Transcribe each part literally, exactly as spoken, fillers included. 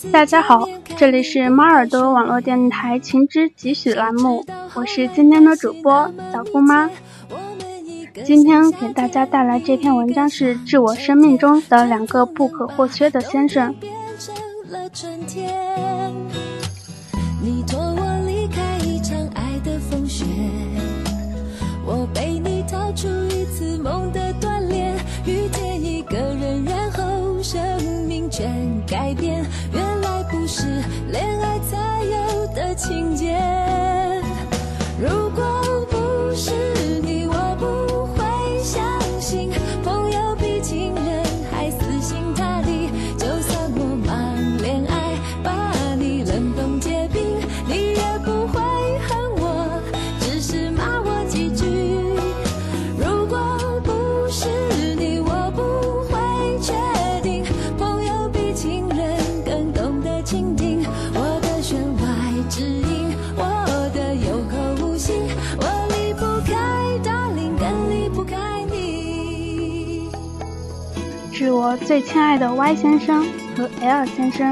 大家好，这里是猫耳朵网络电台情之几许栏目，我是今天的主播小姑妈。今天给大家带来这篇文章是致我生命中的两个不可或缺的先生。 你托我离开一场爱的风雪，我被你逃出一次梦的锻炼，遇见一个人然后生命全改变，原来不是恋爱才有的情节，如果不是你我不会相信朋友比情人还死心塌地，就算我忙恋爱把你冷冻结冰，你也不会恨我，只是骂我几句，如果不是你我不会确定朋友比情人更懂得倾听我的弦外之音，我的有口无心，我离不开 darling 更离不开你。 致我最亲爱的 Y 先生和 L 先生。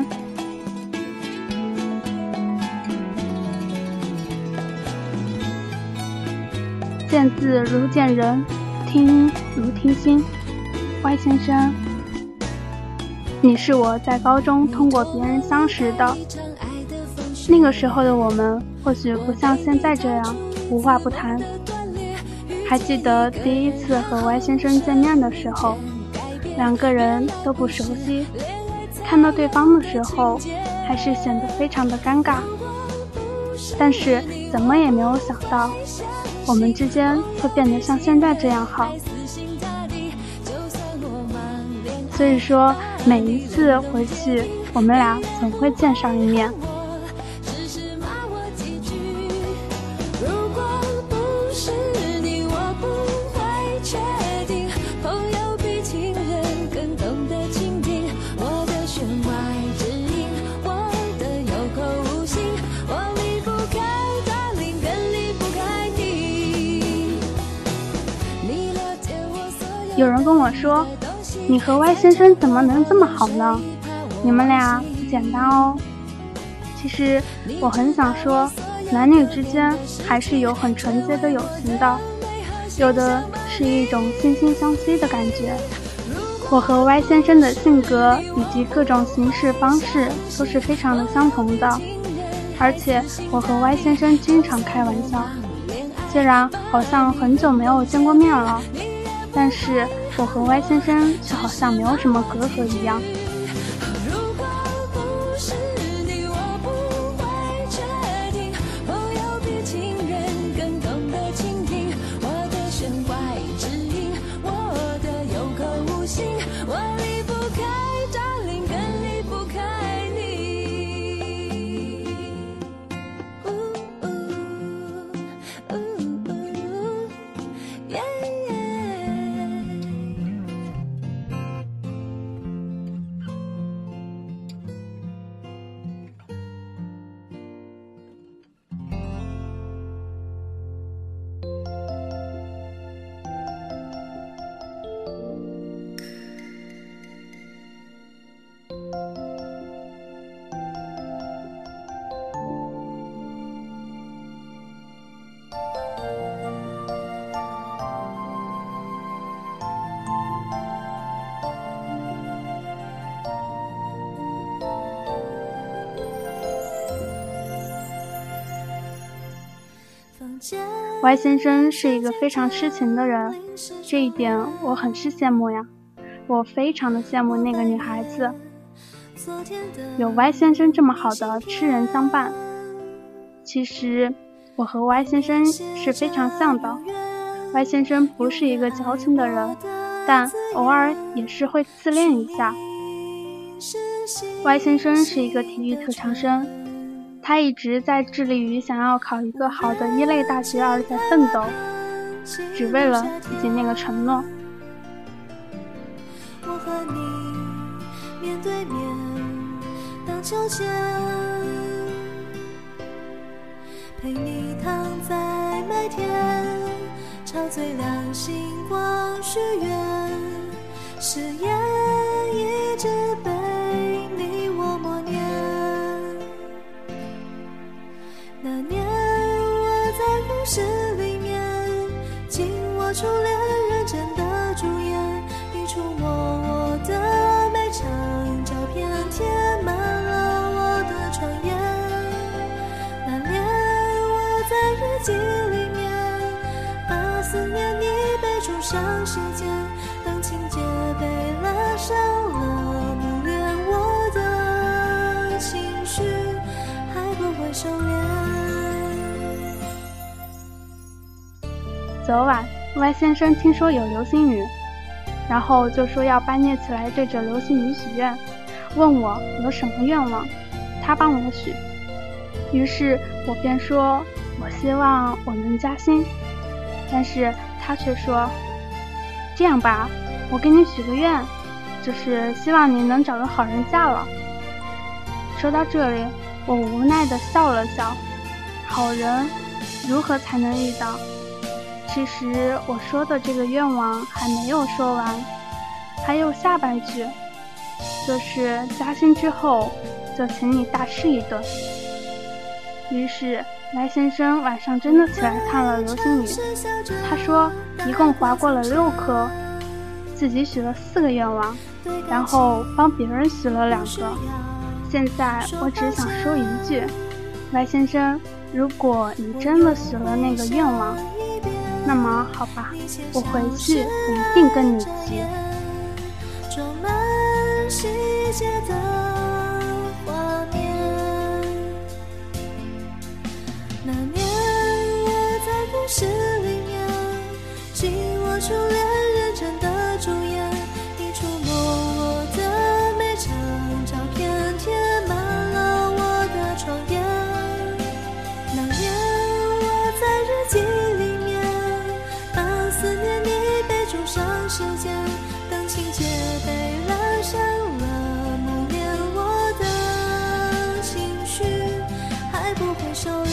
见字如见人，听音如听心。 Y 先生，你是我在高中通过别人相识的，那个时候的我们或许不像现在这样无话不谈。还记得第一次和 Y 先生见面的时候，两个人都不熟悉，看到对方的时候还是显得非常的尴尬，但是怎么也没有想到我们之间会变得像现在这样好。所以说每一次回去我们俩总会见上一面。有人跟我说，你和 Y 先生怎么能这么好呢？你们俩不简单哦。其实我很想说，男女之间还是有很纯洁的友情的，有的是一种惺惺相惜的感觉。我和 Y 先生的性格以及各种行事方式都是非常的相同的，而且我和 Y 先生经常开玩笑，虽然好像很久没有见过面了，但是我和 Y 先生却好像没有什么隔阂一样。Y 先生是一个非常痴情的人，这一点我很是羡慕呀，我非常的羡慕那个女孩子，有 Y 先生这么好的痴人相伴。其实我和 Y 先生是非常像的， Y 先生不是一个矫情的人，但偶尔也是会自恋一下。 Y 先生是一个体育特长生，他一直在致力于想要考一个好的一类大学而在奋斗，只为了自己那个承诺。 我和你面对面荡秋千，陪你躺在麦田，潮最亮星光许愿，誓言一直被你我默念。 那年我在故事里面紧握初恋认真的主演，你触摸我的每张照片，贴满了我的床沿。那年我在日记里面把思念你备注上时间，当情节被拉上了幕帘，我的情绪还不会收敛。 昨晚 Y 先生听说有流星雨，然后就说要半夜起来对着流星雨许愿，问我有什么愿望，他帮我许。于是我便说我希望我能加薪，但是他却说这样吧，我给你许个愿，就是希望你能找个好人嫁了。说到这里，我无奈地笑了笑，好人如何才能遇到？其实我说的这个愿望还没有说完，还有下半句，就是加薪之后就请你大吃一顿。于是来先生晚上真的起来看了流星雨，他说一共划过了六颗，自己许了四个愿望，然后帮别人许了两个。现在我只想说一句，来先生，如果你真的许了那个愿望，那么好吧，我回去我一定跟你急。 装满细节的画面，那年我在故事里面紧握初恋认真的主演，你触摸我的每张照片，贴满了我的床沿。那年我在日记里面把思念你备注上时间，当情节被拉上了幕帘，我的情绪还不会收敛。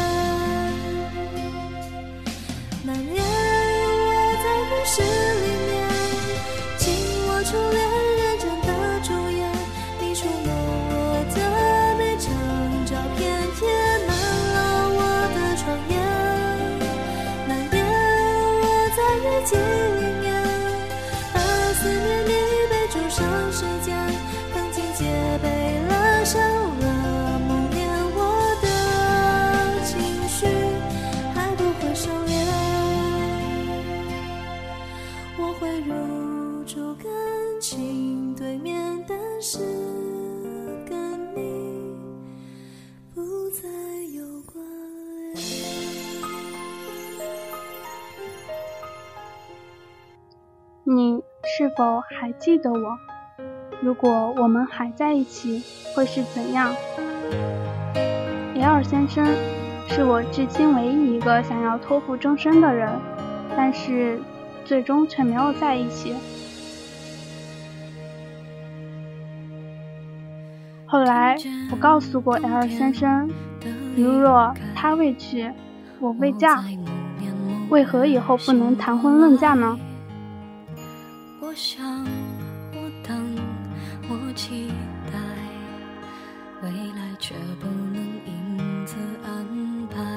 那年我在故事里面紧握初恋认真的主演，你触摸我的每张照片，贴满了我的床沿。那年我在日记里面把思念你备注上时间，当情节被拉上了幕帘，我的情绪还不会收敛。我会入住感情对面，但是跟你不再有关联。 你是否还记得我？如果我们还在一起，会是怎样？ L 先生是我至今唯一一个想要托付终身的人，但是最终却没有在一起。后来我告诉过 L 先生，如若他未娶，我未嫁，为何以后不能谈婚论嫁呢？ 我想，我等，我期待，未来却不能因此安排。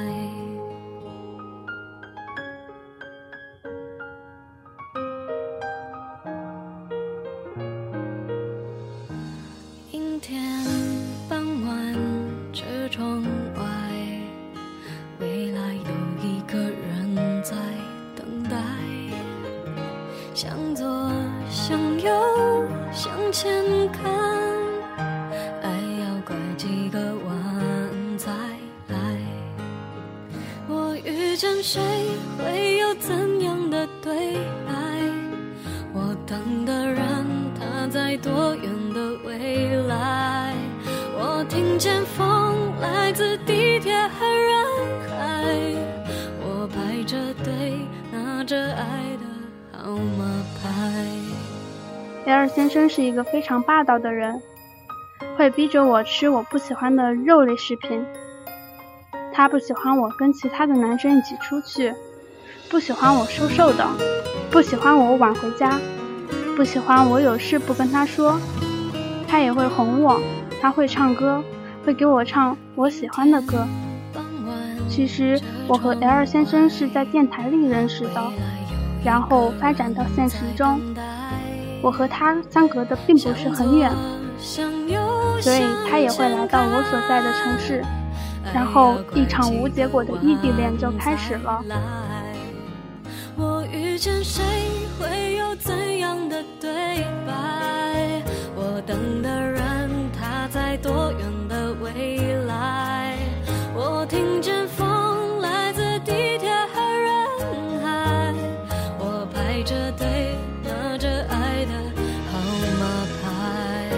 阴天傍晚，车窗外，未来有一个人在等待。向左向右向前看，爱要拐几个弯才来。我遇见谁会有怎样的对白？我等的人他在多远的未来？我听见风来自地铁和人海，我排着队拿着爱的号码牌。 雷尔先生是一个非常霸道的人，会逼着我吃我不喜欢的肉类食品。他不喜欢我跟其他的男生一起出去，不喜欢我瘦瘦的，不喜欢我晚回家，不喜欢我有事不跟他说。他也会哄我，他会唱歌，会给我唱我喜欢的歌。 其实我和 L 先生是在电台里认识的，然后发展到现实中。我和他相隔的并不是很远，所以他也会来到我所在的城市，然后一场无结果的异地恋就开始了。 我遇见谁会有怎样的对白？我等的人他在多远的未来？我听见风来自地铁和人海，我排着队拿着爱的号码牌。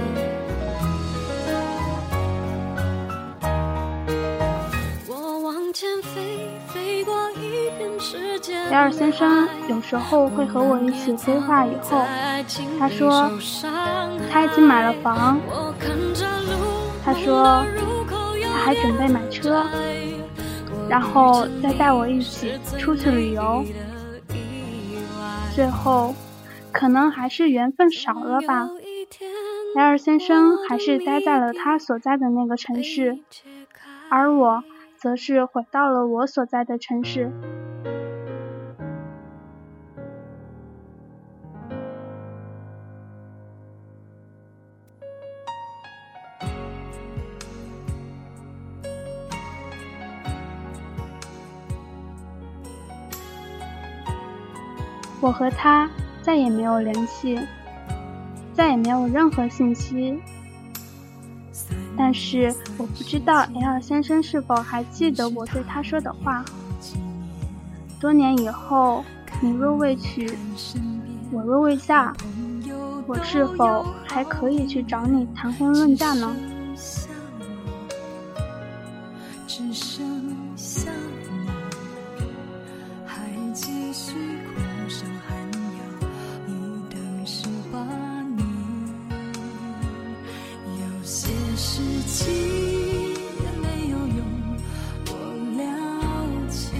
我往前飞，飞过一片世界。 雷尔先生有时候会和我一起规划以后，他说他已经买了房，他说他还准备买车，然后再带我一起出去旅游。最后可能还是缘分少了吧，雷尔先生还是待在了他所在的那个城市，而我则是回到了我所在的城市。我和他再也没有联系，再也没有任何信息，但是我不知道 L 先生是否还记得我对他说的话。多年以后，你若未娶，我若未嫁，我是否还可以去找你谈婚论嫁呢？ 只剩下你，还继续苦守寒窑，一等十八年。有些事情也没有用，我了解。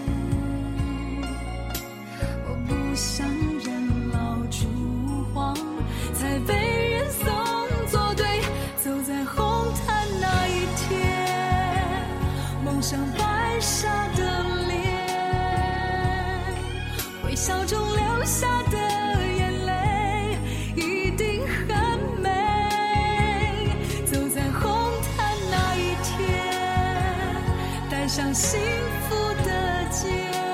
我不想人老珠黄，才被人送作对，走在红毯那一天，梦想白纱的脸，微笑中流下的眼泪一定很美。走在红毯那一天，带上幸福的结，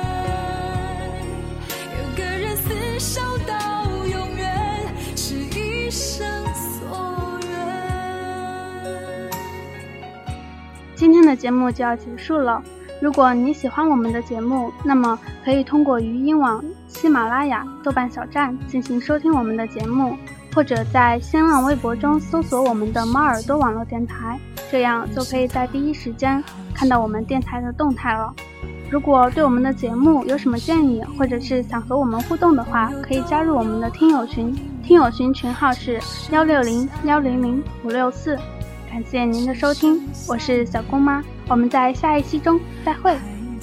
有个人厮守到永远，是一生所愿。 今天的节目就要结束了，如果你喜欢我们的节目，那么可以通过语音网、喜马拉雅、豆瓣小站进行收听我们的节目，或者在新浪微博中搜索我们的猫耳朵网络电台，这样就可以在第一时间看到我们电台的动态了。如果对我们的节目有什么建议，或者是想和我们互动的话，可以加入我们的听友群，听友群群号是幺六零幺零零五六四。感谢您的收听，我是小姑妈，我们在下一期中再会。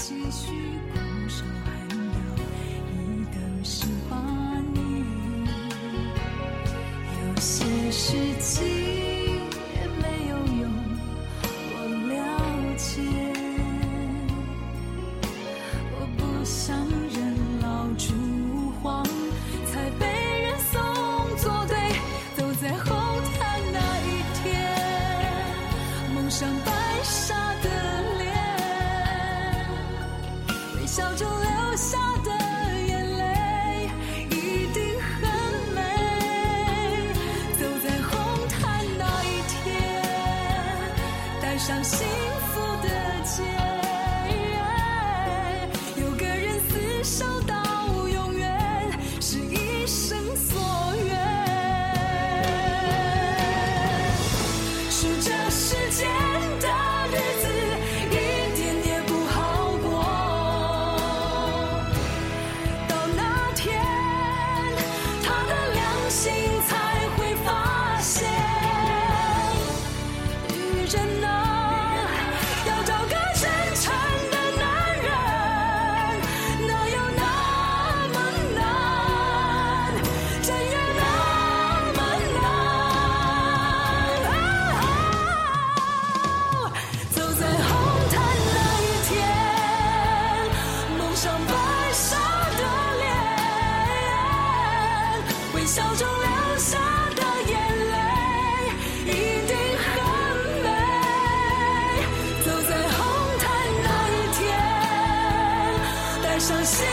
有些事情也没有用，我了解。我不想人老珠黄，才被人送作对，走在红毯那一天，梦想白纱的脸，微笑中流下的眼泪一定很美。走在红毯那一天，带上幸福的伤心